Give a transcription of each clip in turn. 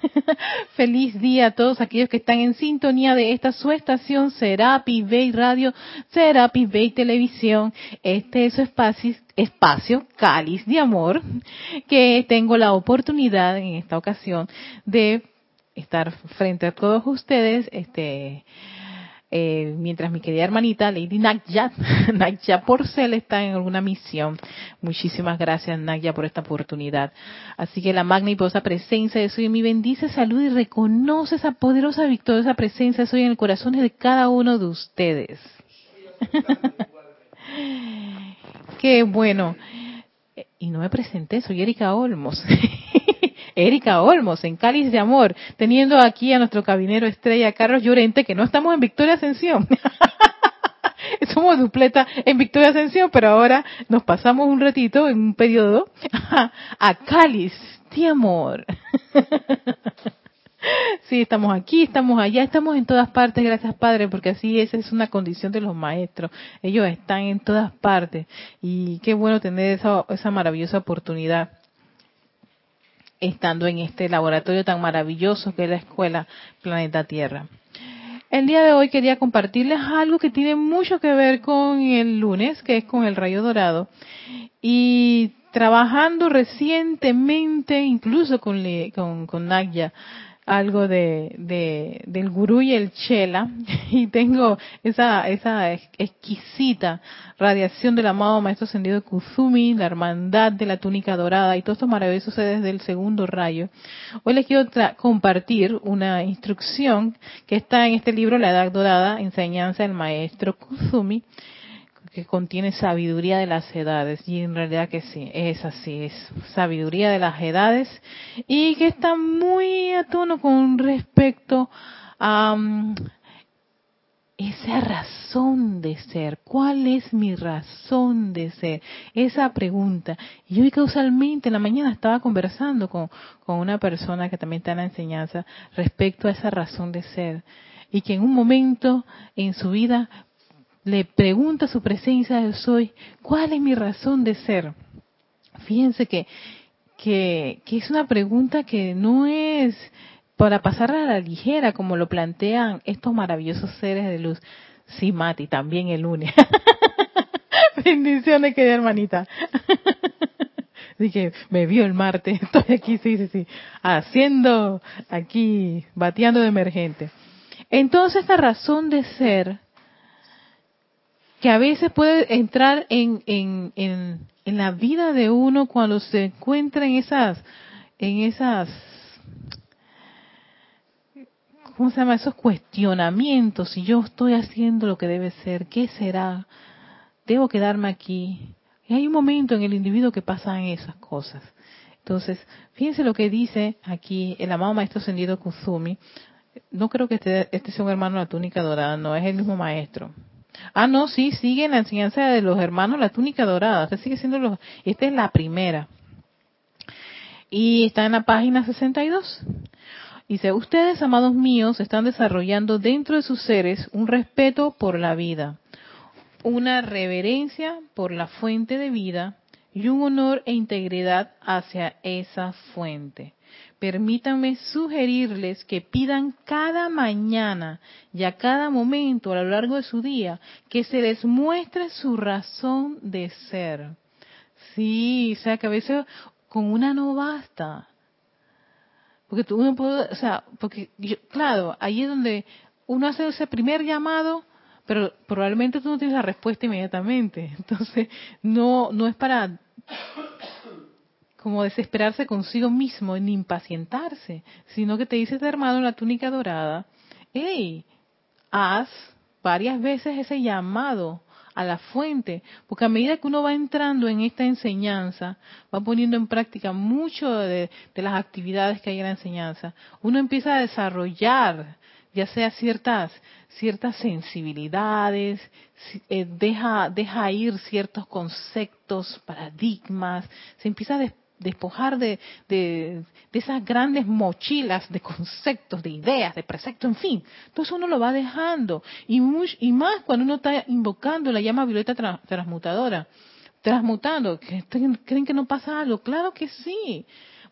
Feliz día a todos aquellos que están en sintonía de esta su estación Serapis Bay Radio, Serapis Bay Televisión. Este es su espacio Cáliz de Amor, que tengo la oportunidad en esta ocasión de estar frente a todos ustedes, mientras mi querida hermanita Lady Nagya, Nagya Porcel está en alguna misión. Muchísimas gracias, Nagya, por esta oportunidad. Así que la magna y poderosa presencia de Soy en mí bendice, saluda y reconoce esa poderosa victoriosa presencia de Soy en el corazón de cada uno de ustedes. Qué bueno. Y no me presenté, soy Erika Olmos. Erika Olmos, en Cáliz de Amor, teniendo aquí a nuestro cabinero estrella Carlos Llorente, que no estamos en Victoria Ascensión. Somos dupleta en Victoria Ascensión, pero ahora nos pasamos un ratito, en un periodo, a Cáliz de Amor. Sí, estamos aquí, estamos allá, estamos en todas partes, gracias Padre, porque así esa es una condición de los maestros. Ellos están en todas partes y qué bueno tener esa maravillosa oportunidad estando en este laboratorio tan maravilloso que es la Escuela Planeta Tierra. El día de hoy quería compartirles algo que tiene mucho que ver con el lunes, que es con el rayo dorado. Y trabajando recientemente, incluso con Nagya, algo del gurú y el chela, y tengo esa exquisita radiación del amado Maestro Ascendido Kuzumi, la hermandad de la túnica dorada y todos estos maravillosos seres del segundo rayo. Hoy les quiero compartir una instrucción que está en este libro, La Edad Dorada, Enseñanza del Maestro Kuzumi, que contiene sabiduría de las edades, y en realidad que sí, es así, es sabiduría de las edades, y que está muy a tono con respecto a esa razón de ser. ¿Cuál es mi razón de ser? Esa pregunta. Y hoy causalmente en la mañana estaba conversando con una persona que también está en la enseñanza respecto a esa razón de ser, y que en un momento en su vida le pregunta a su presencia yo soy, ¿cuál es mi razón de ser? Fíjense que es una pregunta que no es para pasarla a la ligera como lo plantean estos maravillosos seres de luz. Sí, Mati, también el lunes. Bendiciones, querida hermanita. Así que me vio el martes, estoy aquí, sí, haciendo aquí, bateando de emergente. Entonces, esta razón de ser, que a veces puede entrar en la vida de uno cuando se encuentra en esas, ¿cómo se llama? Esos cuestionamientos, si yo estoy haciendo lo que debe ser, ¿qué será? ¿Debo quedarme aquí? Y hay un momento en el individuo que pasan esas cosas. Entonces, fíjense lo que dice aquí el amado Maestro Ascendido Kuzumi. No creo que este sea un hermano de la túnica dorada, no, es el mismo maestro. Ah, no, sí, sigue en la enseñanza de los hermanos la túnica dorada. Esta sigue siendo esta es la primera. Y está en la página 62. Dice, ustedes, amados míos, están desarrollando dentro de sus seres un respeto por la vida, una reverencia por la fuente de vida y un honor e integridad hacia esa fuente. Permítanme sugerirles que pidan cada mañana y a cada momento a lo largo de su día que se les muestre su razón de ser. Sí, o sea que a veces con una no basta. Porque uno puede, o sea, porque claro, ahí es donde uno hace ese primer llamado, pero probablemente tú no tienes la respuesta inmediatamente. Entonces, no es para como desesperarse consigo mismo ni impacientarse, sino que te dice este hermano en la túnica dorada, hey, haz varias veces ese llamado a la fuente, porque a medida que uno va entrando en esta enseñanza, va poniendo en práctica mucho de las actividades que hay en la enseñanza, uno empieza a desarrollar ya sea ciertas sensibilidades, deja ir ciertos conceptos, paradigmas, se empieza a despojar de esas grandes mochilas de conceptos, de ideas, de preceptos, en fin. Todo eso uno lo va dejando. Y más cuando uno está invocando la llama violeta transmutadora. Transmutando. ¿Creen que no pasa algo? Claro que sí.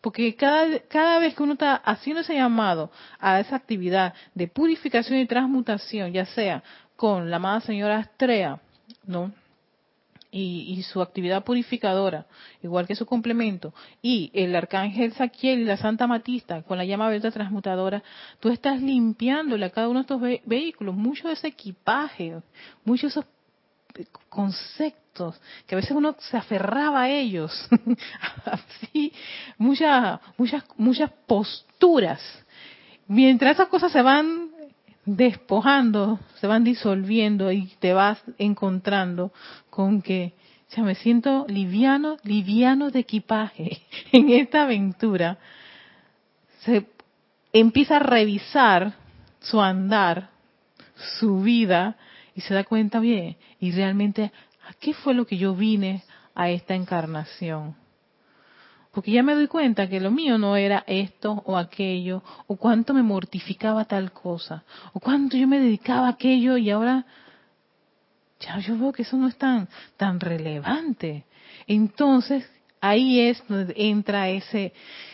Porque cada vez que uno está haciendo ese llamado a esa actividad de purificación y transmutación, ya sea con la amada señora Astrea, ¿no? Y su actividad purificadora, igual que su complemento, y el arcángel Saquiel y la Santa Matista con la llama verde transmutadora, tú estás limpiándole a cada uno de estos vehículos, mucho de ese equipaje, muchos de esos conceptos que a veces uno se aferraba a ellos, así, muchas posturas. Mientras esas cosas se van despojando, se van disolviendo y te vas encontrando con que ya me siento liviano de equipaje en esta aventura. Se empieza a revisar su andar, su vida, y se da cuenta bien, y realmente, ¿a qué fue lo que yo vine a esta encarnación? Porque ya me doy cuenta que lo mío no era esto o aquello, o cuánto me mortificaba tal cosa, o cuánto yo me dedicaba a aquello y ahora ya yo veo que eso no es tan relevante. Entonces, ahí es donde entra ese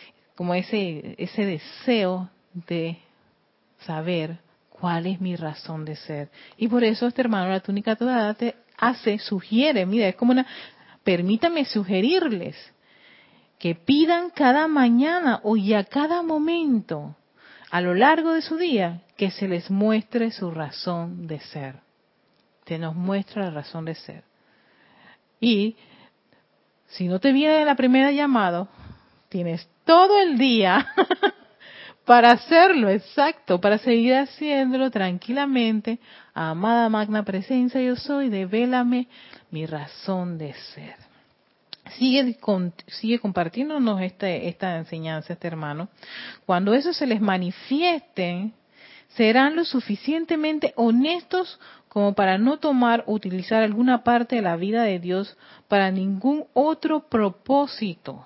deseo de saber cuál es mi razón de ser. Y por eso este hermano, la túnica dorada, te sugiere, mira, es como permítame sugerirles que pidan cada mañana y a cada momento, a lo largo de su día, que se les muestre su razón de ser. Se nos muestra la razón de ser. Y si no te viene la primera llamada, tienes todo el día para hacerlo, exacto, para seguir haciéndolo tranquilamente. Amada magna presencia yo soy, devélame mi razón de ser. Sigue compartiéndonos esta enseñanza, este hermano. Cuando eso se les manifieste, serán lo suficientemente honestos como para no tomar o utilizar alguna parte de la vida de Dios para ningún otro propósito.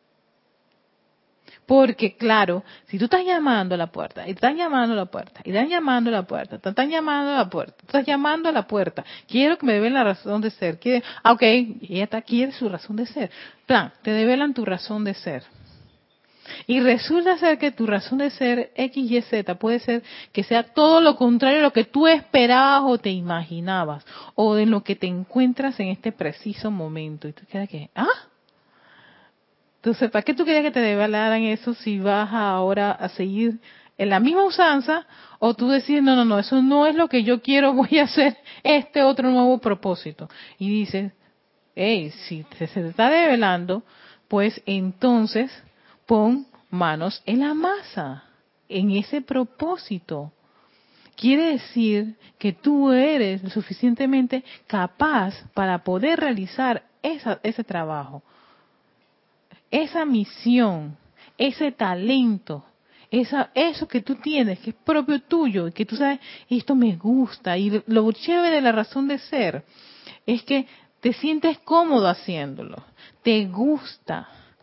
Porque claro, si tú estás llamando a la puerta, y están llamando a la puerta, y están llamando a la puerta, están llamando a la puerta, estás llamando a la puerta, quiero que me develen la razón de ser, ok, ella quiere su razón de ser, plan, te develan tu razón de ser. Y resulta ser que tu razón de ser X, Y, Z puede ser que sea todo lo contrario a lo que tú esperabas o te imaginabas, o en lo que te encuentras en este preciso momento. Y tú quedas que, entonces, ¿para qué tú querías que te develaran eso si vas ahora a seguir en la misma usanza? O tú decides, no, eso no es lo que yo quiero, voy a hacer este otro nuevo propósito. Y dices, hey, si se te está develando, pues entonces pon manos en la masa, en ese propósito. Quiere decir que tú eres lo suficientemente capaz para poder realizar ese trabajo. Esa misión, ese talento, eso que tú tienes, que es propio tuyo, y que tú sabes, esto me gusta, y lo chévere de la razón de ser, es que te sientes cómodo haciéndolo, te gusta.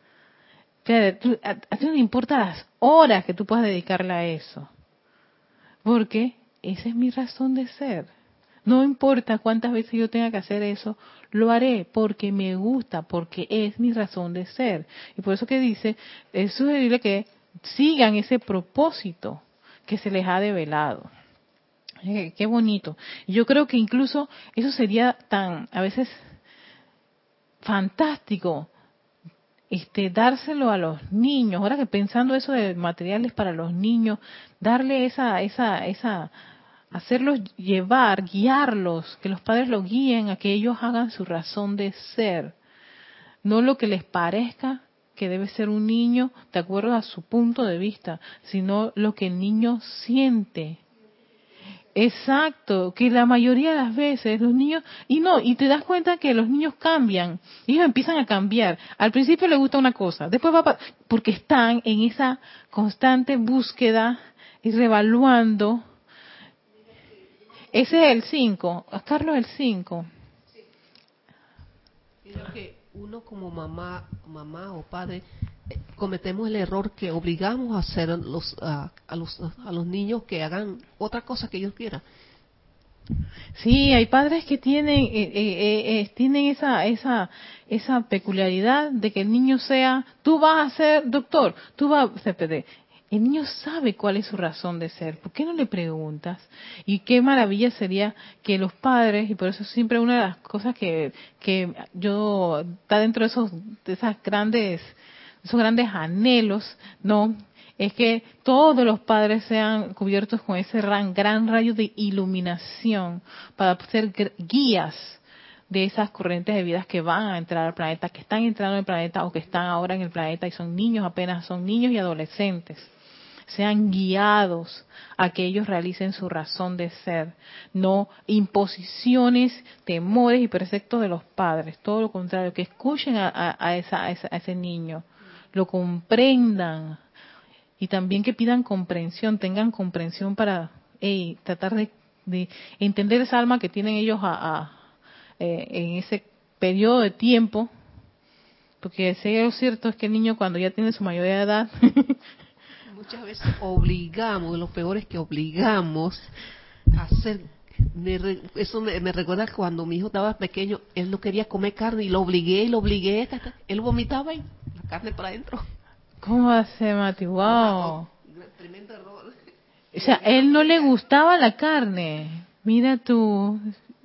A ti no te importan las horas que tú puedas dedicarle a eso, porque esa es mi razón de ser. No importa cuántas veces yo tenga que hacer eso, lo haré porque me gusta, porque es mi razón de ser. Y por eso que dice, es sugerible que sigan ese propósito que se les ha develado. Qué bonito. Yo creo que incluso eso sería a veces fantástico, dárselo a los niños. Ahora que pensando eso de materiales para los niños, darle hacerlos llevar, guiarlos, que los padres los guíen a que ellos hagan su razón de ser, no lo que les parezca que debe ser un niño de acuerdo a su punto de vista, sino lo que el niño siente. Exacto, que la mayoría de las veces los niños, y te das cuenta que los niños cambian, ellos empiezan a cambiar. Al principio les gusta una cosa, después porque están en esa constante búsqueda y revaluando. Ese es el 5. Carlos, el 5. Creo que uno como mamá o padre cometemos el error que obligamos a hacer a los niños que hagan otra cosa que ellos quieran. Sí, hay padres que tienen esa peculiaridad de que el niño sea, tú vas a ser doctor, tú vas a ser PD. El niño sabe cuál es su razón de ser. ¿Por qué no le preguntas? Y qué maravilla sería que los padres, y por eso siempre una de las cosas que yo está dentro de esos grandes anhelos, ¿no? Es que todos los padres sean cubiertos con ese gran rayo de iluminación para ser guías de esas corrientes de vidas que van a entrar al planeta, que están entrando en el planeta o que están ahora en el planeta y son niños, apenas son niños y adolescentes. Sean guiados a que ellos realicen su razón de ser, no imposiciones, temores y preceptos de los padres, todo lo contrario, que escuchen a ese niño, lo comprendan, y también que pidan comprensión, tengan comprensión para tratar de entender esa alma que tienen ellos en ese periodo de tiempo, porque si es cierto es que el niño cuando ya tiene su mayoría de edad Muchas veces obligamos, lo peor es que obligamos a hacer. Eso me recuerda cuando mi hijo estaba pequeño, él no quería comer carne y lo obligué, él vomitaba y la carne para adentro. ¿cómo va a ser, Mati? Wow, Wow. tremendo error. O sea, él no le gustaba la carne. Mira tú.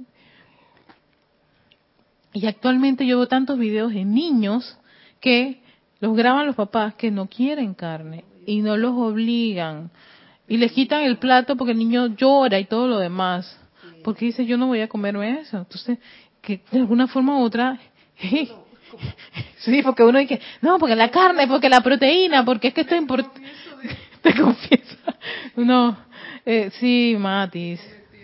Y actualmente yo veo tantos videos de niños que los graban los papás que no quieren carne y no los obligan. Y les quitan el plato porque el niño llora y todo lo demás. Porque dice, yo no voy a comerme eso. Entonces, que de alguna forma u otra... Sí, porque uno dice, no, porque la carne, porque la proteína, porque es que esto es importante. Te confieso. No, sí, Matis.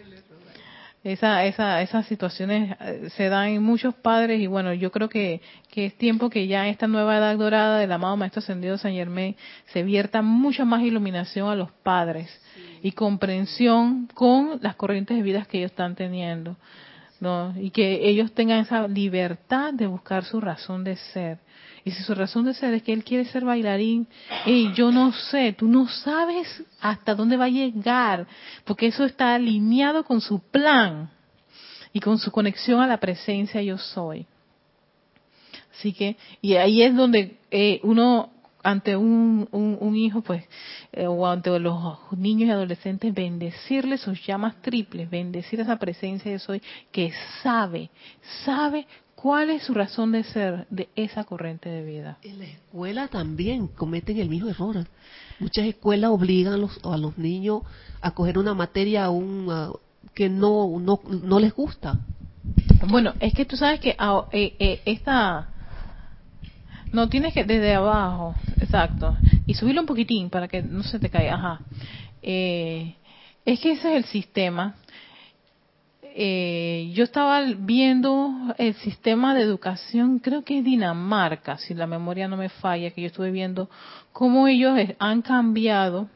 Esas situaciones se dan en muchos padres y bueno, yo creo que es tiempo que ya en esta nueva edad dorada del amado Maestro Ascendido San Germain se vierta mucha más iluminación a los padres y comprensión con las corrientes de vidas que ellos están teniendo, ¿no? Y que ellos tengan esa libertad de buscar su razón de ser. Y si su razón de ser es que él quiere ser bailarín, hey, yo no sé, tú no sabes hasta dónde va a llegar, porque eso está alineado con su plan y con su conexión a la presencia yo soy. Así que, y ahí es donde uno ante un hijo, pues, o ante los niños y adolescentes, bendecirle sus llamas triples, bendecir esa presencia yo soy, que sabe cuál es su razón de ser de esa corriente de vida. En la escuela también cometen el mismo error. Muchas escuelas obligan a los niños a coger una materia que no les gusta. Bueno, es que tú sabes que esta... No, tienes que desde abajo, exacto. Y subirlo un poquitín para que no se te caiga. Ajá. Es que ese es el sistema. Yo estaba viendo el sistema de educación, creo que es Dinamarca, si la memoria no me falla, que yo estuve viendo cómo ellos han cambiado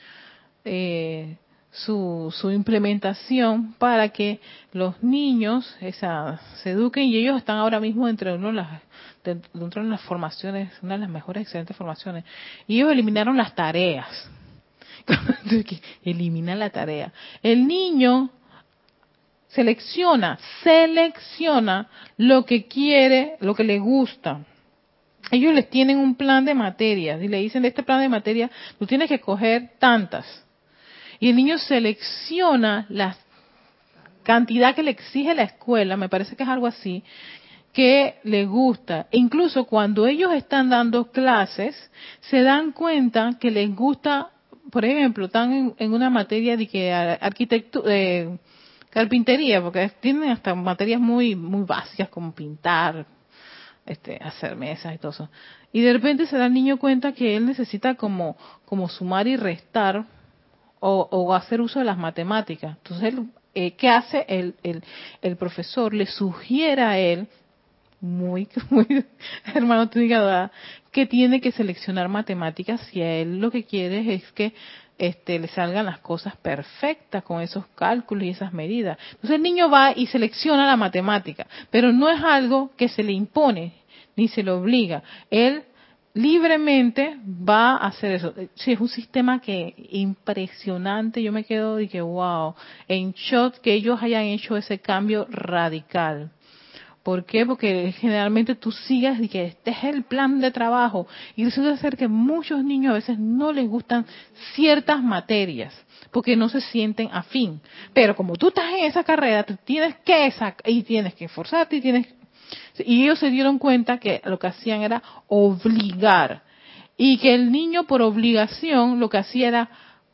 su implementación para que los niños se eduquen y ellos están ahora mismo dentro de las formaciones, una de las mejores, excelentes formaciones. Y ellos eliminaron las tareas. Eliminan la tarea. El niño selecciona lo que quiere, lo que le gusta. Ellos les tienen un plan de materias y le dicen, de este plan de materias, tú tienes que coger tantas. Y el niño selecciona la cantidad que le exige la escuela, me parece que es algo así, que le gusta. E incluso cuando ellos están dando clases, se dan cuenta que les gusta, por ejemplo, están en una materia de que arquitectura, carpintería, porque tienen hasta materias muy básicas como pintar, hacer mesas y todo eso. Y de repente se da el niño cuenta que él necesita como sumar y restar o hacer uso de las matemáticas. Entonces, ¿qué hace el profesor? Le sugiere a él, muy hermano tu hija, que tiene que seleccionar matemáticas si a él lo que quiere es que le salgan las cosas perfectas con esos cálculos y esas medidas. Entonces el niño va y selecciona la matemática, pero no es algo que se le impone ni se le obliga. Él libremente va a hacer eso. Sí, es un sistema que impresionante. Yo me quedo de que wow, en shock que ellos hayan hecho ese cambio radical. ¿Por qué? Porque generalmente tú sigues y que este es el plan de trabajo y resulta ser que muchos niños a veces no les gustan ciertas materias porque no se sienten afín. Pero como tú estás en esa carrera, tú tienes que y tienes que esforzarte y ellos se dieron cuenta que lo que hacían era obligar y que el niño por obligación lo que hacía era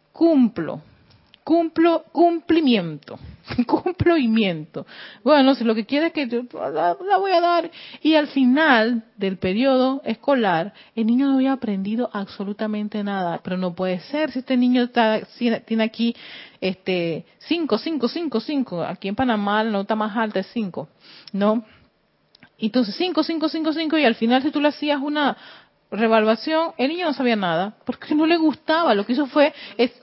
cumplimiento, cumplimiento. Bueno, si lo que quiere es que yo la voy a dar y al final del periodo escolar el niño no había aprendido absolutamente nada, pero no puede ser si este niño tiene aquí 5, aquí en Panamá la nota más alta es 5, ¿no? Entonces 5 y al final si tú le hacías una revaluación, el niño no sabía nada, porque no le gustaba, lo que hizo fue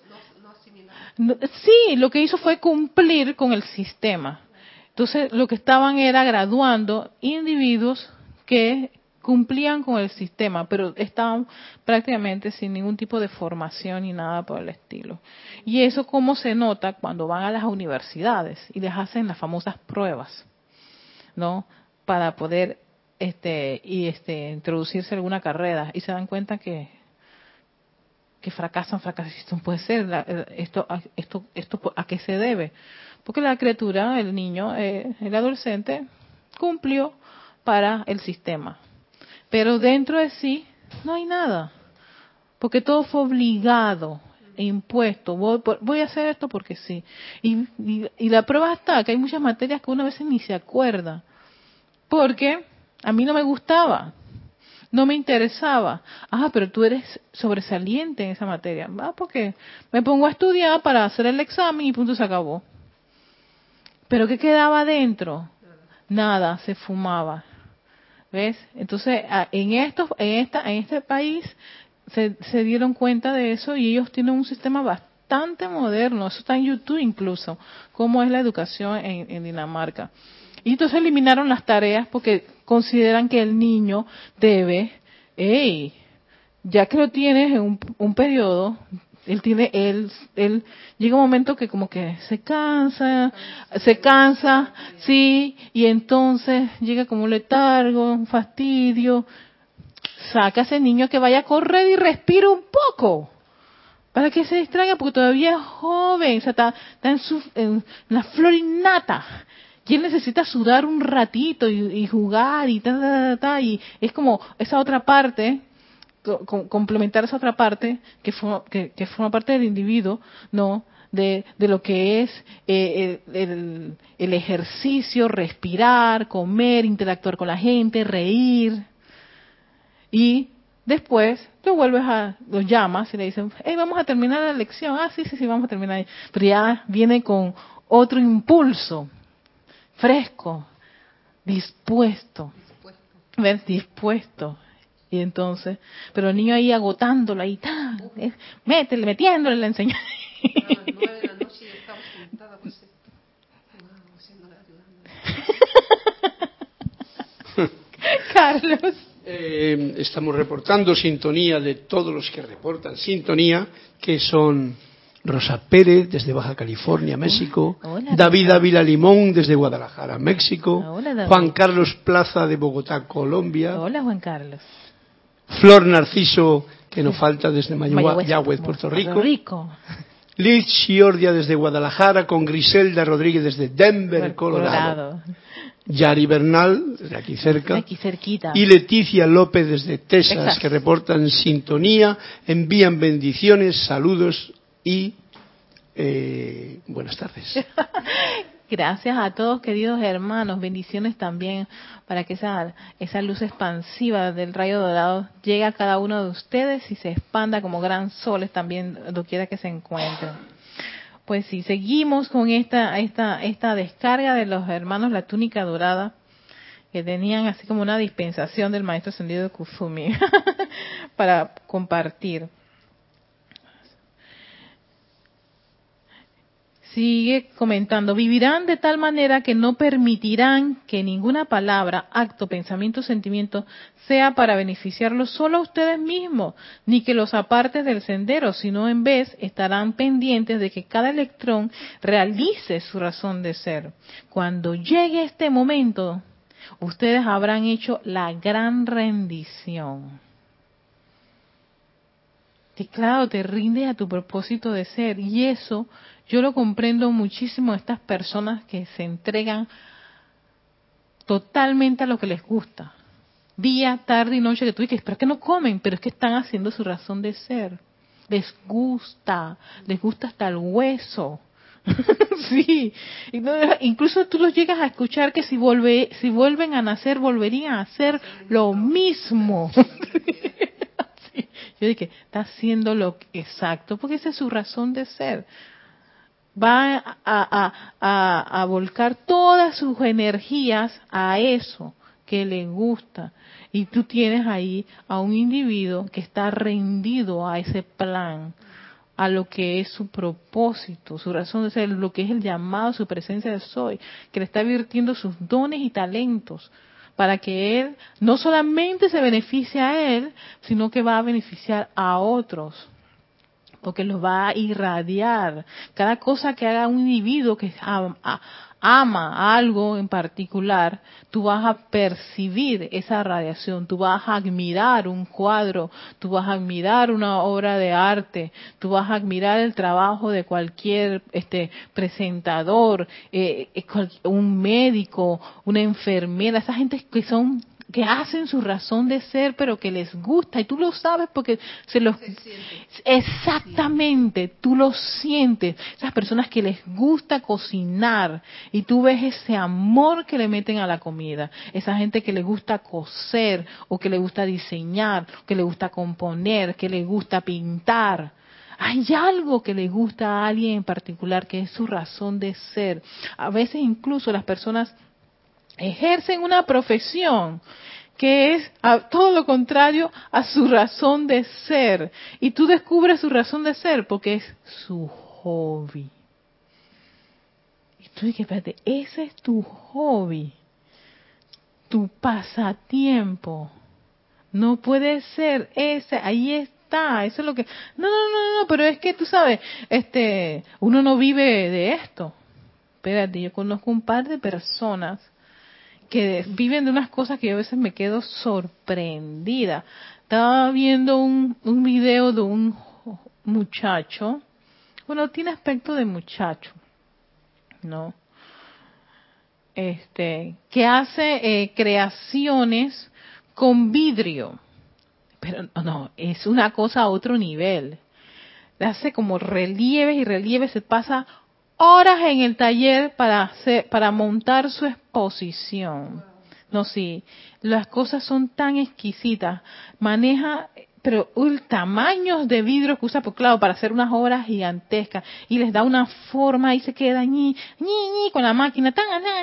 sí, lo que hizo fue cumplir con el sistema. Entonces, lo que estaban era graduando individuos que cumplían con el sistema, pero estaban prácticamente sin ningún tipo de formación ni nada por el estilo. Y eso cómo se nota cuando van a las universidades y les hacen las famosas pruebas, ¿no? Para poder introducirse a alguna carrera y se dan cuenta que fracasan, esto no puede ser, esto ¿a qué se debe? Porque la criatura, el niño, el adolescente, cumplió para el sistema. Pero dentro de sí no hay nada, porque todo fue obligado, impuesto, voy a hacer esto porque sí. Y la prueba está, que hay muchas materias que uno a veces ni se acuerda, porque a mí no me gustaba. No me interesaba. Pero tú eres sobresaliente en esa materia. Porque me pongo a estudiar para hacer el examen y punto, se acabó. Pero ¿qué quedaba adentro? Nada, se fumaba. ¿Ves? Entonces, en este país se dieron cuenta de eso y ellos tienen un sistema bastante moderno. Eso está en YouTube incluso, cómo es la educación en Dinamarca. Y entonces eliminaron las tareas porque consideran que el niño debe, ya que lo tienes en un periodo, él llega un momento que como que se cansa, sí, y entonces llega como un letargo, un fastidio. Saca a ese niño que vaya a correr y respire un poco para que se distraiga porque todavía es joven, o sea, está en la flor innata. Y él necesita sudar un ratito y jugar y y es como esa otra parte, complementar esa otra parte que forma parte del individuo, ¿no? De lo que es el ejercicio, respirar, comer, interactuar con la gente, reír. Y después tú los llamas y le dicen, vamos a terminar la lección. Sí, vamos a terminar. Pero ya viene con otro impulso, fresco, dispuesto. ¿Ves? Dispuesto. Y entonces, pero el niño ahí agotándolo, ahí, metiéndole la enseñanza. A las 9 de la noche y estaba sentada, pues, haciéndole, ayudando. Carlos. Estamos reportando sintonía de todos los que reportan sintonía, que son Rosa Pérez desde Baja California, México. Hola, David Rosa. Ávila Limón desde Guadalajara, México. Hola, David. Juan Carlos Plaza de Bogotá, Colombia. Hola, Juan Carlos. Flor Narciso, que nos falta, desde Mayagüez, Puerto Rico. Liz Chiordia desde Guadalajara, con Griselda Rodríguez desde Denver, Colorado. Yari Bernal, desde aquí cerca. Aquí cerquita. Y Leticia López desde Texas, que reportan sintonía, envían bendiciones, saludos y buenas tardes. Gracias a todos, queridos hermanos. Bendiciones también para que esa luz expansiva del rayo dorado llegue a cada uno de ustedes y se expanda como gran soles también doquiera que se encuentren. Pues sí, seguimos con esta descarga de los hermanos La Túnica Dorada, que tenían así como una dispensación del Maestro Ascendido de Kuzumi para compartir. Sigue comentando, vivirán de tal manera que no permitirán que ninguna palabra, acto, pensamiento, sentimiento sea para beneficiarlos solo a ustedes mismos, ni que los apartes del sendero, sino en vez estarán pendientes de que cada electrón realice su razón de ser. Cuando llegue este momento, ustedes habrán hecho la gran rendición. Y claro, te rindes a tu propósito de ser, y eso yo lo comprendo muchísimo de estas personas que se entregan totalmente a lo que les gusta. Día, tarde y noche, que tú dices, pero es que no comen, pero es que están haciendo su razón de ser. Les gusta hasta el hueso. Sí, incluso tú los llegas a escuchar que si vuelven a nacer, volverían a hacer lo mismo. Sí. Yo dije, está haciendo lo exacto, porque esa es su razón de ser. Va a volcar todas sus energías a eso que le gusta. Y tú tienes ahí a un individuo que está rendido a ese plan, a lo que es su propósito, su razón de ser, lo que es el llamado, su presencia de soy, que le está virtiendo sus dones y talentos para que él no solamente se beneficie a él, sino que va a beneficiar a otros, porque los va a irradiar. Cada cosa que haga un individuo que ama algo en particular, tú vas a percibir esa radiación, tú vas a admirar un cuadro, tú vas a admirar una obra de arte, tú vas a admirar el trabajo de cualquier presentador, un médico, una enfermera, esa gente que hacen su razón de ser, pero que les gusta, y tú lo sabes porque exactamente, tú lo sientes. Esas personas que les gusta cocinar, y tú ves ese amor que le meten a la comida. Esa gente que le gusta coser, o que le gusta diseñar, que le gusta componer, que le gusta pintar. Hay algo que le gusta a alguien en particular, que es su razón de ser. A veces incluso las personas ejercen una profesión que es todo lo contrario a su razón de ser. Y tú descubres su razón de ser porque es su hobby. Y tú dices, espérate, ese es tu hobby, tu pasatiempo. No puede ser ese, ahí está, eso es lo que... No, pero es que tú sabes, uno no vive de esto. Espérate, yo conozco un par de personas que viven de unas cosas que yo a veces me quedo sorprendida. Estaba viendo un video de un muchacho, bueno, tiene aspecto de muchacho, ¿no? Que hace creaciones con vidrio, pero no, es una cosa a otro nivel. Hace como relieves y relieves, se pasa horas en el taller para montar su exposición. No, sí, las cosas son tan exquisitas. Maneja, pero tamaños de vidrio que usa, pues claro, para hacer unas obras gigantescas, y les da una forma y se queda con la máquina,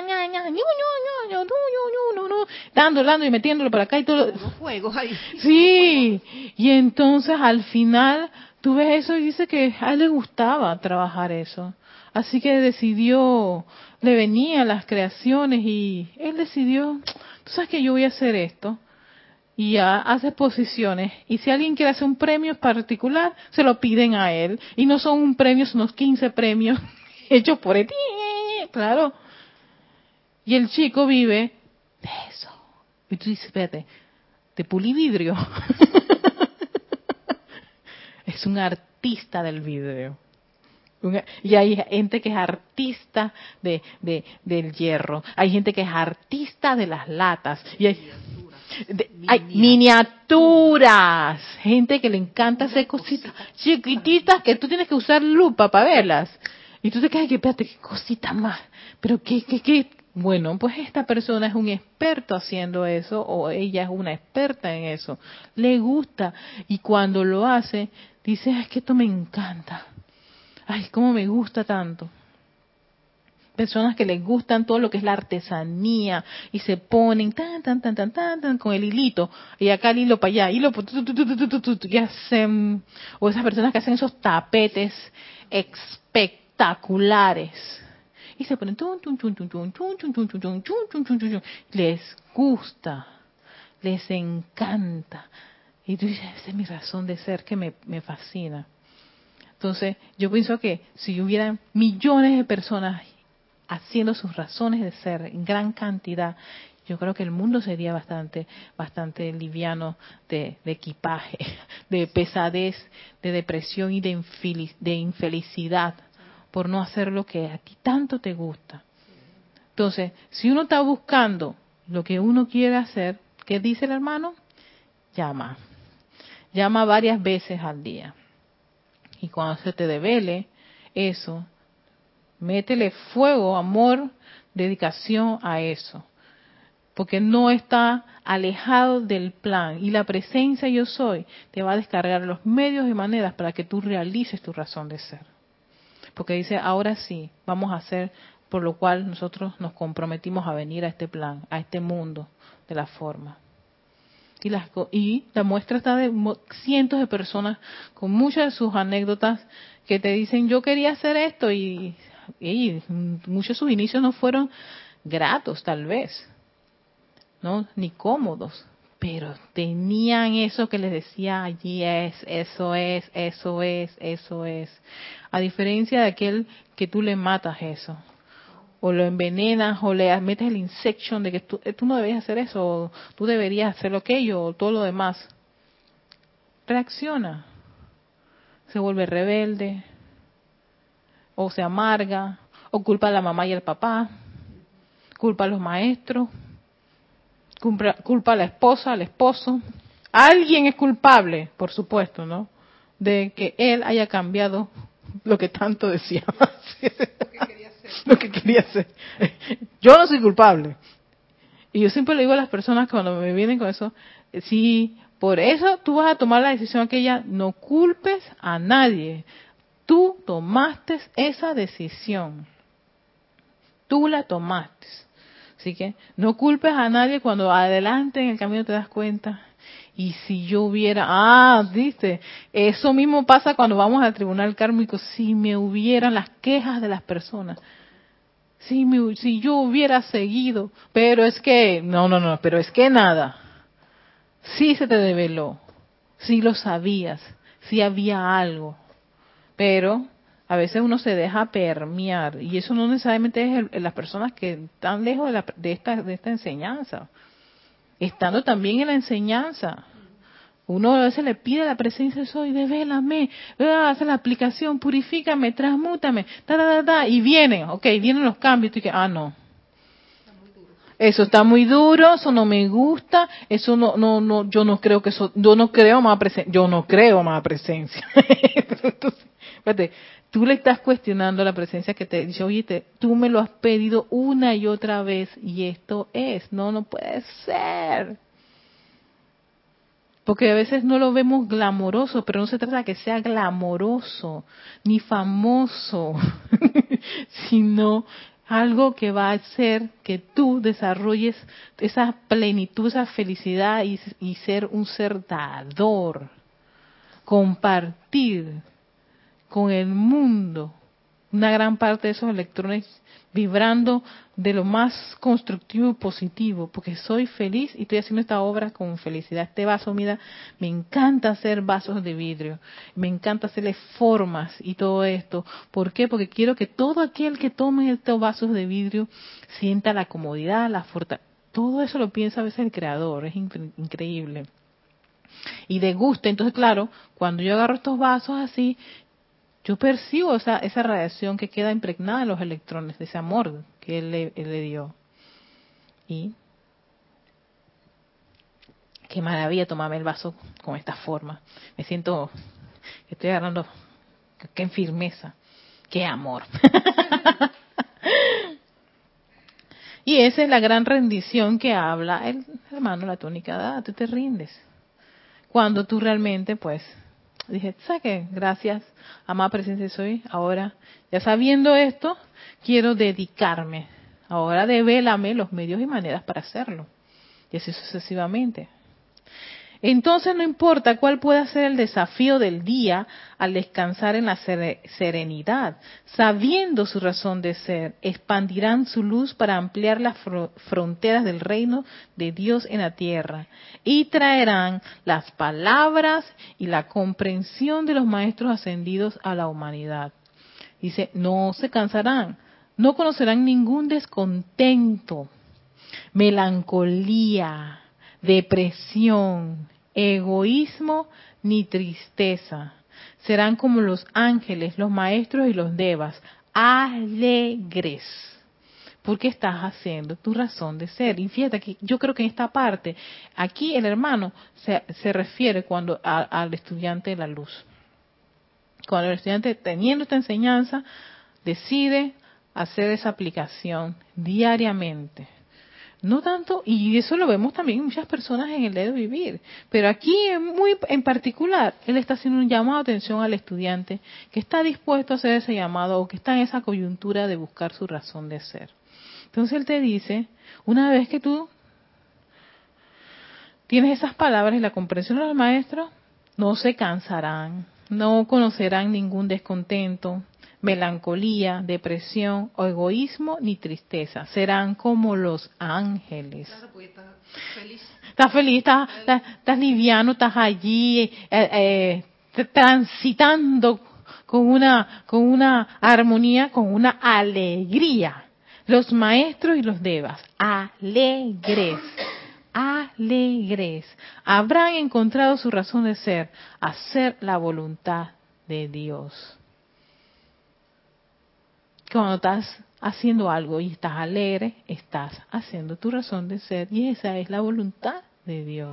dando y metiéndolo para acá y todo. Los fuegos ahí. Sí, y entonces al final tú ves eso y dice que a él le gustaba trabajar eso. Así que le venían las creaciones y él decidió, tú sabes que yo voy a hacer esto. Y ya hace exposiciones. Y si alguien quiere hacer un premio particular, se lo piden a él. Y no son un premio, son unos 15 premios hechos por él. Claro. Y el chico vive de eso. Y tú dices, espérate, de pulividrio. Es un artista del vidrio. Y hay gente que es artista del hierro. Hay gente que es artista de las latas. Y hay miniaturas. Gente que le encanta hacer cositas chiquititas que tú tienes que usar lupa para verlas. Y tú te quedas que, espérate, qué cosita más. Pero qué. Bueno, pues esta persona es un experto haciendo eso, o ella es una experta en eso. Le gusta. Y cuando lo hace, dice, es que esto me encanta. Ay, cómo me gusta tanto. Personas que les gustan todo lo que es la artesanía y se ponen tan con el hilito y acá el hilo para allá, hilo y hacen, o esas personas que hacen esos tapetes espectaculares espectaculares. Y se ponen les gusta, les encanta. Y tú dices, esa es mi razón de ser que me fascina. Entonces, yo pienso que si hubieran millones de personas haciendo sus razones de ser en gran cantidad, yo creo que el mundo sería bastante liviano de equipaje, de pesadez, de depresión y de infelicidad por no hacer lo que a ti tanto te gusta. Entonces, si uno está buscando lo que uno quiere hacer, ¿qué dice el hermano? Llama varias veces al día. Y cuando se te devele eso, métele fuego, amor, dedicación a eso. Porque no está alejado del plan. Y la presencia yo soy te va a descargar los medios y maneras para que tú realices tu razón de ser. Porque dice, ahora sí, vamos a hacer por lo cual nosotros nos comprometimos a venir a este plan, a este mundo de la forma. Y la muestra está de cientos de personas con muchas de sus anécdotas que te dicen, yo quería hacer esto y muchos de sus inicios no fueron gratos tal vez, no ni cómodos, pero tenían eso que les decía allí eso es, a diferencia de aquel que tú le matas eso, o lo envenenas, o le metes el insection de que tú no deberías hacer eso, o tú deberías hacer aquello, o todo lo demás. Reacciona, se vuelve rebelde, o se amarga, o culpa a la mamá y al papá, culpa a los maestros, culpa a la esposa, al esposo. Alguien es culpable, por supuesto, ¿no? De que él haya cambiado lo que tanto deseaba hacer. Lo que quería hacer. Yo no soy culpable. Y yo siempre le digo a las personas cuando me vienen con eso, si por eso tú vas a tomar la decisión aquella, no culpes a nadie. Tú tomaste esa decisión. Tú la tomaste. Así que no culpes a nadie cuando adelante en el camino te das cuenta. Y si yo hubiera, viste, eso mismo pasa cuando vamos al tribunal kármico, si me hubieran las quejas de las personas. Si yo hubiera seguido, pero es que, pero es que nada. Sí se te develó, sí lo sabías, sí había algo, pero a veces uno se deja permear y eso no necesariamente es las personas que están lejos de esta enseñanza, estando también en la enseñanza. Uno a veces le pide a la presencia de soy, devélame, hace la aplicación, purifícame, transmútame, y vienen los cambios, y que, no. Eso está muy duro, eso no me gusta, eso no, yo no creo que eso, yo no creo más presencia. Entonces, espérate, tú le estás cuestionando a la presencia que te dice, oye, tú me lo has pedido una y otra vez y esto no puede ser. Porque a veces no lo vemos glamoroso, pero no se trata de que sea glamoroso ni famoso, sino algo que va a hacer que tú desarrolles esa plenitud, esa felicidad y ser un ser dador, compartir con el mundo una gran parte de esos electrones vibrando de lo más constructivo y positivo, porque soy feliz y estoy haciendo esta obra con felicidad. Este vaso, mira, me encanta hacer vasos de vidrio, me encanta hacerle formas y todo esto. ¿Por qué? Porque quiero que todo aquel que tome estos vasos de vidrio sienta la comodidad, la fortaleza. Todo eso lo piensa a veces el creador, es increíble. Y de gusto, entonces claro, cuando yo agarro estos vasos así, yo percibo esa radiación que queda impregnada en los electrones, de ese amor que él le dio. Y qué maravilla tomarme el vaso con esta forma. Me siento que estoy agarrando, qué firmeza, qué amor. Y esa es la gran rendición que habla el hermano la túnica, tú te rindes. Cuando tú realmente, pues, dije, ¿sabes qué? Gracias, amada presencia soy. Ahora, ya sabiendo esto, quiero dedicarme. Ahora devélame los medios y maneras para hacerlo. Y así sucesivamente. Entonces no importa cuál pueda ser el desafío del día al descansar en la serenidad, sabiendo su razón de ser, expandirán su luz para ampliar las fronteras del reino de Dios en la tierra y traerán las palabras y la comprensión de los maestros ascendidos a la humanidad. Dice, no se cansarán, no conocerán ningún descontento, melancolía, depresión, egoísmo ni tristeza. Serán como los ángeles, los maestros y los devas, alegres. Porque estás haciendo tu razón de ser. Y fíjate que yo creo que en esta parte, aquí el hermano se refiere cuando al estudiante de la luz. Cuando el estudiante, teniendo esta enseñanza, decide hacer esa aplicación diariamente. No tanto, y eso lo vemos también en muchas personas en el día de vivir, pero aquí muy en particular, él está haciendo un llamado de atención al estudiante que está dispuesto a hacer ese llamado o que está en esa coyuntura de buscar su razón de ser. Entonces él te dice, una vez que tú tienes esas palabras y la comprensión de los maestros, no se cansarán, no conocerán ningún descontento, melancolía, depresión o egoísmo ni tristeza. Serán como los ángeles. Claro, porque estás feliz. Estás feliz, estás liviano, estás allí transitando con una armonía, con una alegría. Los maestros y los devas, alegres. Alegres. Habrán encontrado su razón de ser, hacer la voluntad de Dios. Cuando estás haciendo algo y estás alegre, estás haciendo tu razón de ser y esa es la voluntad de Dios.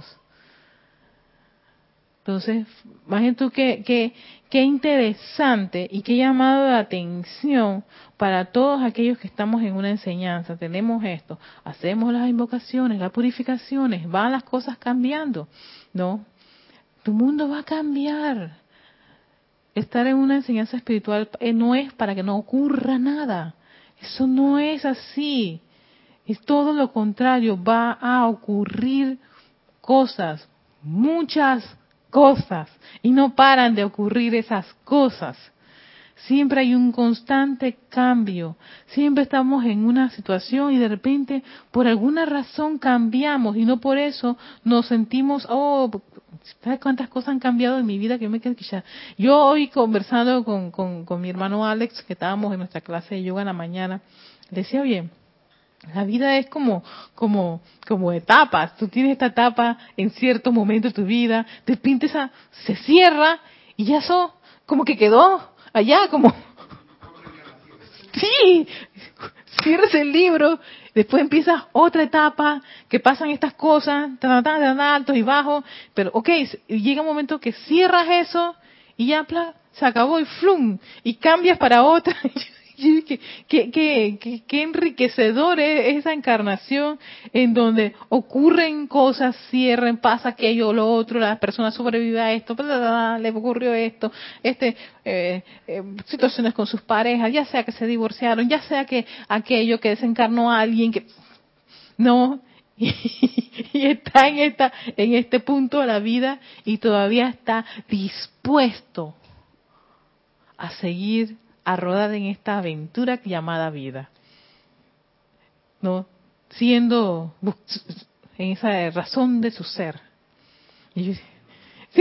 Entonces, imagínate tú qué interesante y qué llamado de atención para todos aquellos que estamos en una enseñanza. Tenemos esto, hacemos las invocaciones, las purificaciones, van las cosas cambiando, ¿no? Tu mundo va a cambiar. Estar en una enseñanza espiritual no es para que no ocurra nada. Eso no es así. Es todo lo contrario. Va a ocurrir cosas, muchas cosas. Y no paran de ocurrir esas cosas. Siempre hay un constante cambio. Siempre estamos en una situación y de repente por alguna razón cambiamos y no por eso nos sentimos, ¿sabes cuántas cosas han cambiado en mi vida que me quedé quizá? Yo hoy conversando con mi hermano Alex, que estábamos en nuestra clase de yoga en la mañana, le decía, oye, la vida es como etapas. Tú tienes esta etapa en cierto momento de tu vida, de repente se cierra y ya eso como que quedó allá, como... Sí, cierras el libro, después empieza otra etapa, que pasan estas cosas, tan altos y bajos, pero llega un momento que cierras eso y ya se acabó y flum, y cambias para otra. Qué enriquecedor es esa encarnación en donde ocurren cosas, cierren, pasa aquello o lo otro, la persona sobrevive a esto, le ocurrió esto, situaciones con sus parejas, ya sea que se divorciaron, ya sea que aquello que desencarnó a alguien que no y está en este punto de la vida y todavía está dispuesto a seguir a rodar en esta aventura llamada vida, no siendo en esa razón de su ser. Y yo, sí.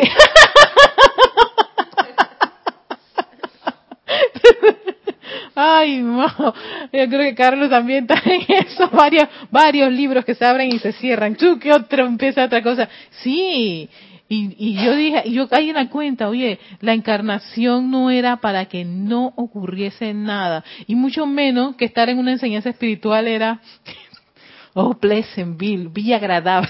Ay, yo creo que Carlos también está en eso, varios libros que se abren y se cierran. ¿Tú qué otro empieza otra cosa? Sí. Y yo dije, yo caí en la cuenta, oye, la encarnación no era para que no ocurriese nada, y mucho menos que estar en una enseñanza espiritual era, Pleasantville, Villa Agradable.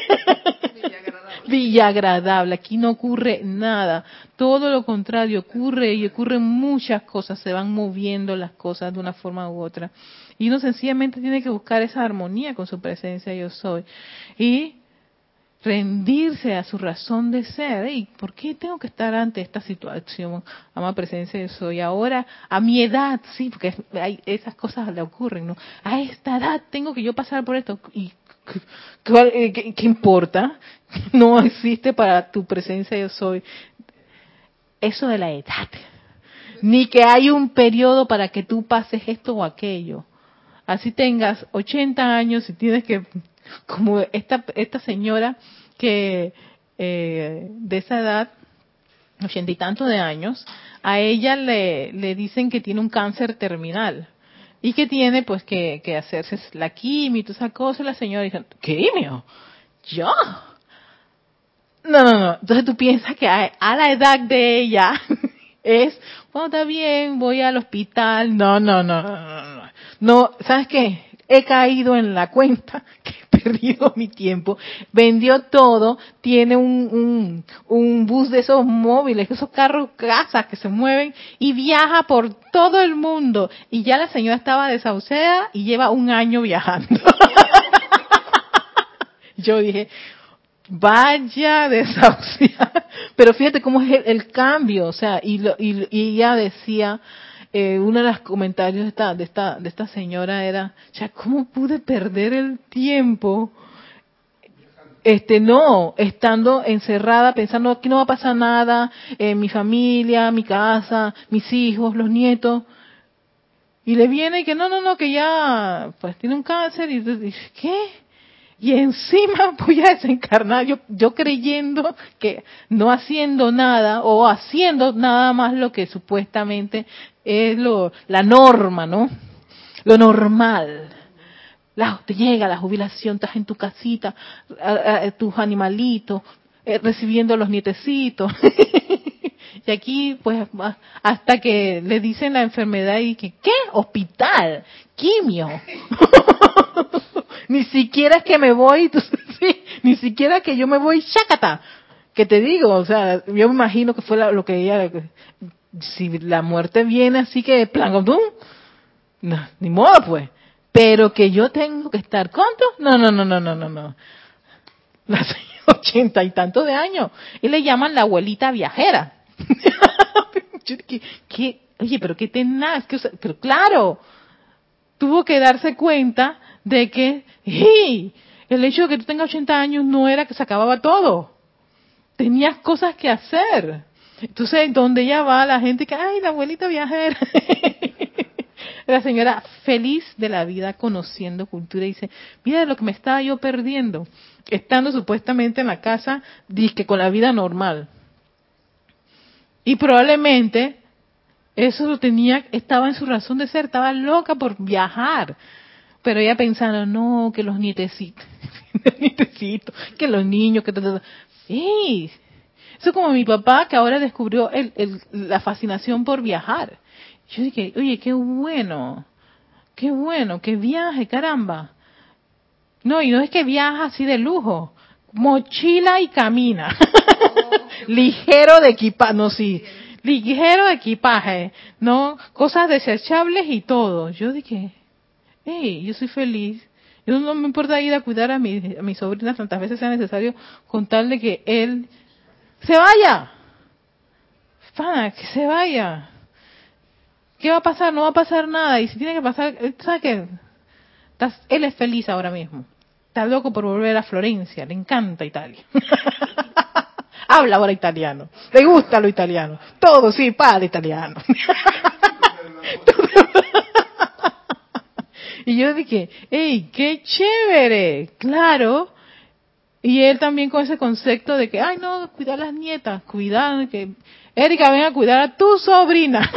Villa Agradable, aquí no ocurre nada, todo lo contrario, ocurren muchas cosas, se van moviendo las cosas de una forma u otra, y uno sencillamente tiene que buscar esa armonía con su presencia yo soy, y rendirse a su razón de ser. ¿Y por qué tengo que estar ante esta situación? Amada presencia yo soy. Ahora, a mi edad, sí, porque esas cosas le ocurren, ¿no? A esta edad tengo que yo pasar por esto. ¿Y qué importa? no existe para tu presencia yo soy. Eso de la edad. Ni que hay un periodo para que tú pases esto o aquello. Así tengas 80 años y tienes que, como esta señora que de esa edad, 80 y tantos de años, a ella le dicen que tiene un cáncer terminal y que tiene pues que hacerse la quimio y toda esa cosa. Y la señora dice, ¿quimio? ¿Yo? No. Entonces tú piensas que a la edad de ella es, bueno, está bien, voy al hospital. No. No, ¿sabes qué? He caído en la cuenta que he perdido mi tiempo. Vendió todo, tiene un bus de esos móviles, esos carros, casas que se mueven y viaja por todo el mundo. Y ya la señora estaba desahuciada y lleva 1 año viajando. Yo dije, vaya desahuciada. Pero fíjate cómo es el cambio, o sea, y ella decía, uno de los comentarios de esta señora era, ya, ¿cómo pude perder el tiempo? Estando encerrada, pensando, aquí no va a pasar nada, mi familia, mi casa, mis hijos, los nietos. Y le viene que no, que ya, pues tiene un cáncer, y dice, ¿qué? Y encima voy a desencarnar yo creyendo que no haciendo nada o haciendo nada más lo que supuestamente es la norma, ¿no? Lo normal. Te llega la jubilación, estás en tu casita, tus animalitos, recibiendo a los nietecitos. Y aquí, pues, hasta que le dicen la enfermedad y que, ¿qué? Hospital, quimio. Ni siquiera es que me voy, sí, ni siquiera que yo me voy, chácata. Que te digo, o sea, yo me imagino que fue lo que ella, si la muerte viene así que, plan, no, ni modo pues. Pero que yo tengo que estar, ¿cuánto? No. La señora, 80 y tantos de años. Y le llaman la abuelita viajera. Oye, pero qué tenaz, pero claro, tuvo que darse cuenta de que el hecho de que tú tengas 80 años no era que se acababa todo. Tenías cosas que hacer. Entonces, donde ella va, la gente que, ay, la abuelita viajera. La señora feliz de la vida, conociendo cultura, y dice, mira lo que me estaba yo perdiendo, estando supuestamente en la casa, dizque con la vida normal. Y probablemente eso estaba en su razón de ser, estaba loca por viajar. Pero ella pensando, no, que los nietecitos, que los niños, que todo. ¡Ey! Eso es como mi papá, que ahora descubrió la fascinación por viajar. Yo dije, oye, qué bueno, que viaje, caramba. No, y no es que viaja así de lujo, mochila y camina. Ligero de equipaje, no, sí, ligero de equipaje, no, cosas desechables y todo. Yo dije, yo soy feliz. Yo no me importa ir a cuidar a mi sobrina tantas veces sea necesario, con tal de que él se vaya. Pana, que se vaya. ¿Qué va a pasar? No va a pasar nada. Y si tiene que pasar, ¿sabes qué? Él es feliz ahora mismo. Está loco por volver a Florencia. Le encanta Italia. Habla ahora italiano. Le gusta lo italiano. Todo, sí, padre italiano. Y yo dije, ¡ey, qué chévere! Claro. Y él también con ese concepto de que, ay, no, cuidar a las nietas, cuidar, que Erika, ven a cuidar a tu sobrina.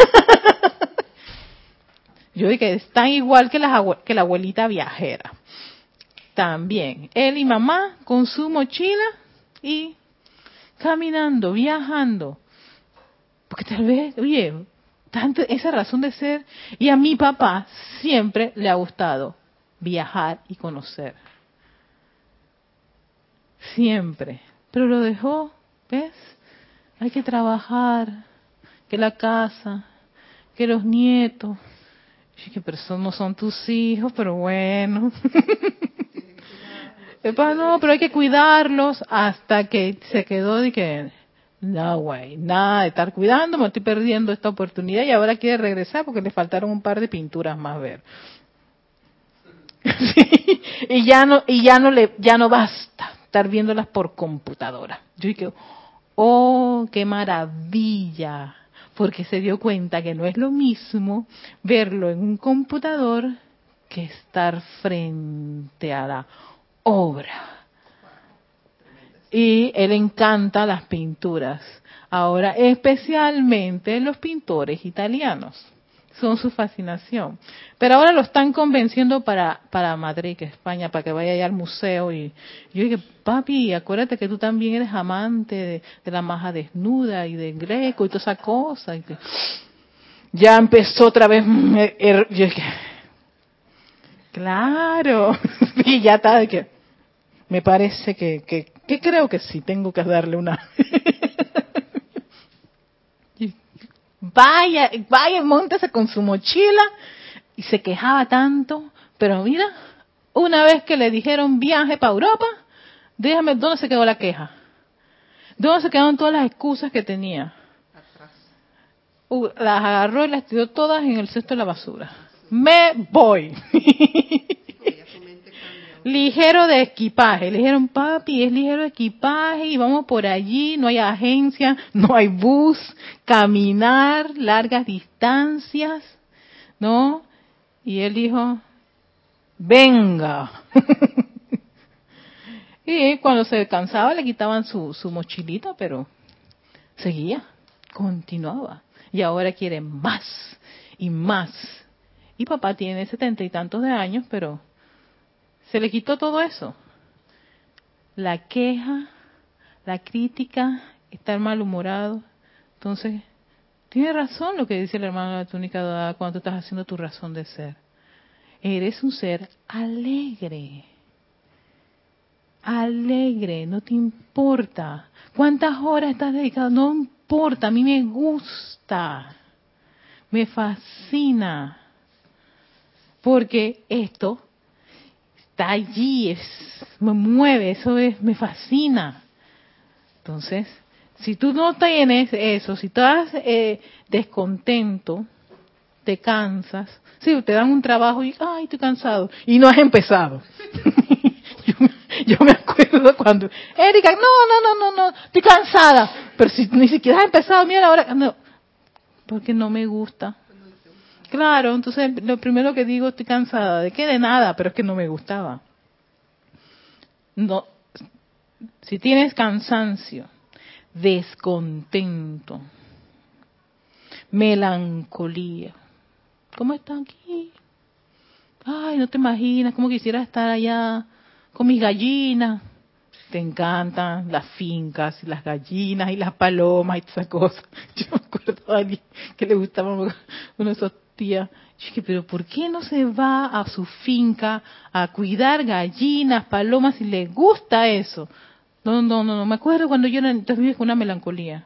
Yo dije, están igual que la abuelita viajera. También, él y mamá con su mochila y caminando, viajando. Porque tal vez, oye, tanto esa razón de ser. Y a mi papá siempre le ha gustado viajar y conocer. Siempre. Pero lo dejó, ¿ves? Hay que trabajar, que la casa, que los nietos. Pero esos no son tus hijos, pero bueno. No, pero hay que cuidarlos hasta que se quedó de que, no, güey, nada de estar cuidando, me estoy perdiendo esta oportunidad y ahora quiere regresar porque le faltaron un par de pinturas más ver. Sí, y ya no basta. estar viéndolas por computadora. Yo dije, oh, qué maravilla, porque se dio cuenta que no es lo mismo verlo en un computador que estar frente a la obra. Y él encanta las pinturas. Ahora, especialmente los pintores italianos. Son su fascinación. Pero ahora lo están convenciendo para Madrid, que es España, para que vaya allá al museo. Y yo dije, papi, acuérdate que tú también eres amante de la maja desnuda y de Greco y toda esa cosa. Y que ya empezó otra vez. Yo dije, claro. Y ya está. Que me parece que creo que sí, tengo que darle una. Vaya, móntese con su mochila. Y se quejaba tanto, pero mira, una vez que le dijeron viaje para Europa, déjame, ¿dónde se quedó la queja? ¿Dónde se quedaron todas las excusas que tenía? Las agarró y las tiró todas en el cesto de la basura. Me voy. Ligero de equipaje. Le dijeron, papi, es ligero de equipaje y vamos por allí, no hay agencia, no hay bus, caminar largas distancias, ¿no? Y él dijo, venga. Y cuando se cansaba le quitaban su mochilita, pero seguía, continuaba. Y ahora quiere más y más. Y papá tiene 70 y tantos de años, pero se le quitó todo eso. La queja, la crítica, estar malhumorado. Entonces, tiene razón lo que dice el hermano de la túnica dorada cuando tú estás haciendo tu razón de ser. Eres un ser alegre. Alegre, no te importa. ¿Cuántas horas estás dedicado? No importa, a mí me gusta. Me fascina. Porque esto está allí, me mueve, me fascina. Entonces, si tú no tienes eso, si estás descontento, te cansas, sí, te dan un trabajo y, ay, estoy cansado, y no has empezado. yo me acuerdo cuando, Erika, no, estoy cansada, pero si ni siquiera has empezado, mira ahora, no, porque no me gusta. Claro, entonces lo primero que digo, estoy cansada, ¿de qué? De nada, pero es que no me gustaba. No, si tienes cansancio, descontento, melancolía, ¿cómo está aquí? Ay, no te imaginas cómo quisiera estar allá con mis gallinas. Te encantan las fincas, y las gallinas y las palomas y todas esas cosas. Yo me acuerdo a alguien que le gustaba uno de esos tías. Yo dije, pero ¿por qué no se va a su finca a cuidar gallinas, palomas si le gusta eso? No. Me acuerdo cuando yo era, entonces vives con una melancolía.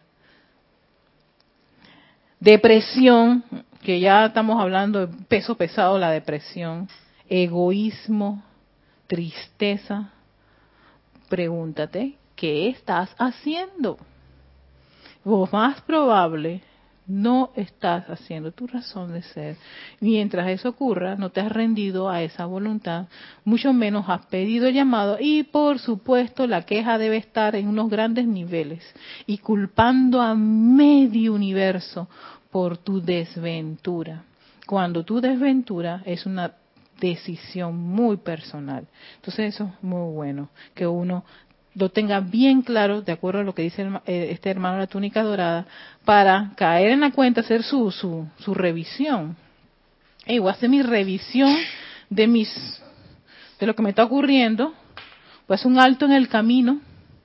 Depresión, que ya estamos hablando de peso pesado, la depresión. Egoísmo, tristeza. Pregúntate, ¿qué estás haciendo? O más probable, no estás haciendo tu razón de ser. Mientras eso ocurra, no te has rendido a esa voluntad, mucho menos has pedido el llamado y por supuesto la queja debe estar en unos grandes niveles y culpando a medio universo por tu desventura. Cuando tu desventura es una decisión muy personal. Entonces eso es muy bueno, que uno lo tenga bien claro, de acuerdo a lo que dice este hermano de la túnica dorada, para caer en la cuenta, hacer su revisión. Voy a hacer mi revisión de lo que me está ocurriendo, voy a hacer un alto en el camino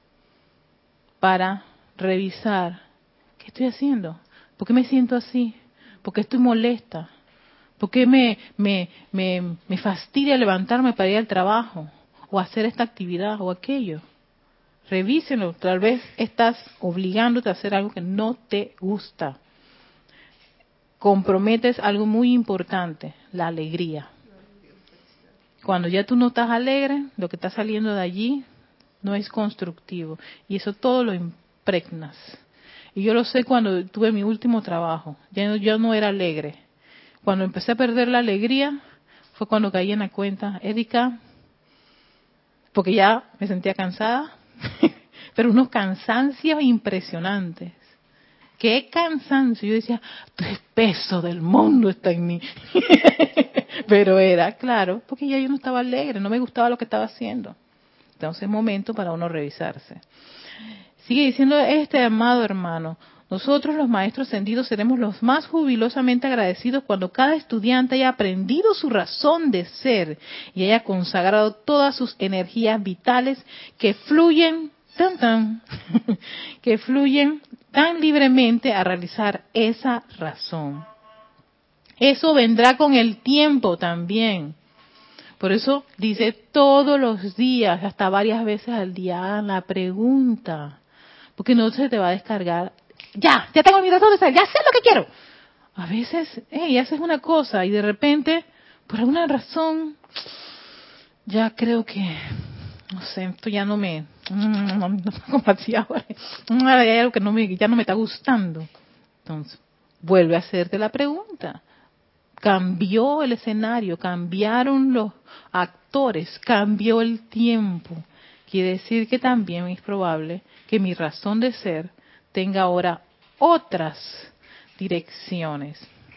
para revisar qué estoy haciendo, por qué me siento así, por qué estoy molesta, por qué me fastidia levantarme para ir al trabajo o hacer esta actividad o aquello. Revísenlo, tal vez estás obligándote a hacer algo que no te gusta. Comprometes algo muy importante, la alegría. Cuando ya tú no estás alegre, lo que está saliendo de allí no es constructivo. Y eso todo lo impregnas. Y yo lo sé cuando tuve mi último trabajo. Yo no era alegre. Cuando empecé a perder la alegría, fue cuando caí en la cuenta, Erika, porque ya me sentía cansada, pero unos cansancios impresionantes. ¡Qué cansancio! Yo decía, el peso del mundo está en mí. Pero era, claro, porque ya yo no estaba alegre, no me gustaba lo que estaba haciendo. Entonces es momento para uno revisarse. Sigue diciendo amado hermano, nosotros los maestros ascendidos seremos los más jubilosamente agradecidos cuando cada estudiante haya aprendido su razón de ser y haya consagrado todas sus energías vitales que fluyen que fluyen tan libremente a realizar esa razón. Eso vendrá con el tiempo también. Por eso dice todos los días, hasta varias veces al día, la pregunta. Porque no se te va a descargar. Ya tengo mi razón de ser, ya sé lo que quiero. A veces, haces una cosa y de repente, por alguna razón, ya creo que, no sé, esto ya no me, hay algo que ya no me está gustando. Entonces, vuelve a hacerte la pregunta. Cambió el escenario, cambiaron los actores, cambió el tiempo. Quiere decir que también es probable que mi razón de ser tenga ahora otras direcciones.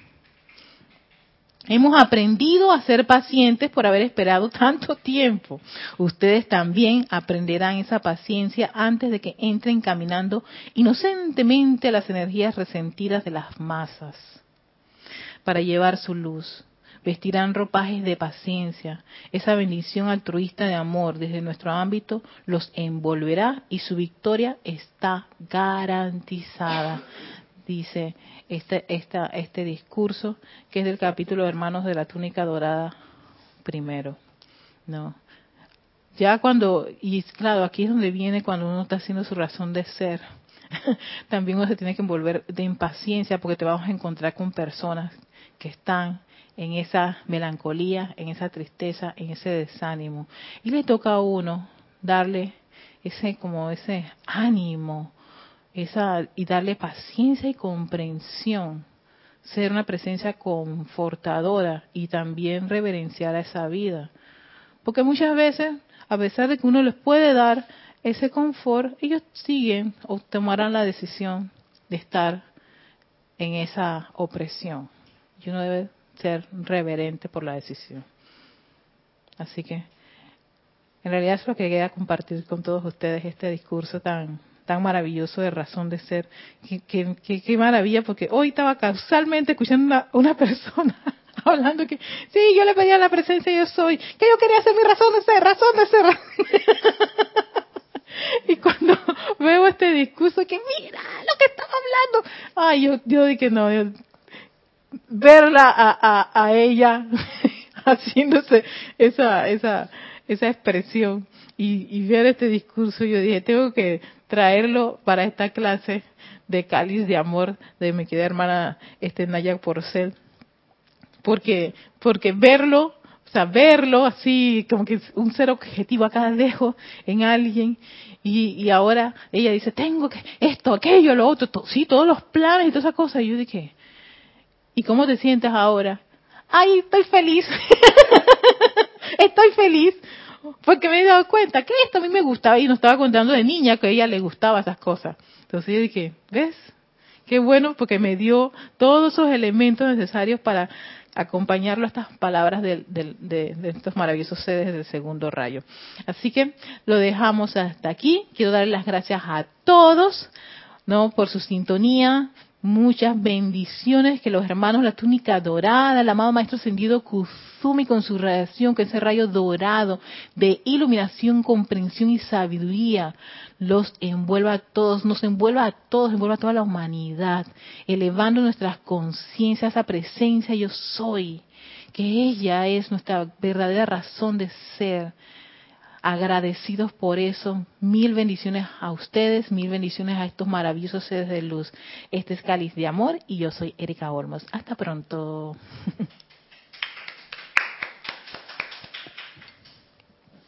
Hemos aprendido a ser pacientes por haber esperado tanto tiempo. Ustedes también aprenderán esa paciencia antes de que entren caminando inocentemente a las energías resentidas de las masas para llevar su luz. Vestirán ropajes de paciencia. Esa bendición altruista de amor desde nuestro ámbito los envolverá y su victoria está garantizada. Dice este discurso que es del capítulo de Hermanos de la Túnica Dorada primero. No. Ya cuando, y claro, aquí es donde viene cuando uno está haciendo su razón de ser. También uno se tiene que envolver de impaciencia porque te vamos a encontrar con personas que están en esa melancolía, en esa tristeza, en ese desánimo. Y le toca a uno darle ese ánimo, y darle paciencia y comprensión, ser una presencia confortadora y también reverenciar a esa vida. Porque muchas veces, a pesar de que uno les puede dar ese confort, ellos siguen o tomarán la decisión de estar en esa opresión. Y uno debe ser reverente por la decisión. Así que, en realidad es lo que quería compartir con todos ustedes, este discurso tan maravilloso de razón de ser. Qué maravilla, porque hoy estaba causalmente escuchando una persona hablando que, sí, yo le pedía la presencia yo soy, que yo quería hacer mi razón de ser. Y cuando veo este discurso, que mira lo que estaba hablando, ay, yo dije no, verla a ella haciéndose esa expresión y ver este discurso, yo dije, tengo que traerlo para esta clase de Cáliz de Amor de mi querida hermana Naya Porcel, porque verlo así, como que un ser objetivo acá lejos en alguien, y ahora ella dice, tengo que esto, aquello, lo otro, sí, todos los planes y todas esas cosas, y yo dije, ¿y cómo te sientes ahora? Ay, estoy feliz. Estoy feliz porque me he dado cuenta que esto a mí me gustaba y nos estaba contando de niña que a ella le gustaba esas cosas. Entonces yo dije, ¿ves? Qué bueno porque me dio todos esos elementos necesarios para acompañarlo a estas palabras de estos maravillosos seres del segundo rayo. Así que lo dejamos hasta aquí. Quiero darle las gracias a todos, ¿no?, por su sintonía. Muchas bendiciones, que los hermanos la túnica dorada, el amado Maestro Ascendido Kusumi con su radiación, con ese rayo dorado de iluminación, comprensión y sabiduría, los envuelva a todos, nos envuelva a todos, envuelva a toda la humanidad, elevando nuestras conciencias a esa presencia yo soy, que ella es nuestra verdadera razón de ser. Agradecidos por eso, mil bendiciones a ustedes, mil bendiciones a estos maravillosos seres de luz. Este es Cáliz de Amor y yo soy Erika Olmos. Hasta pronto.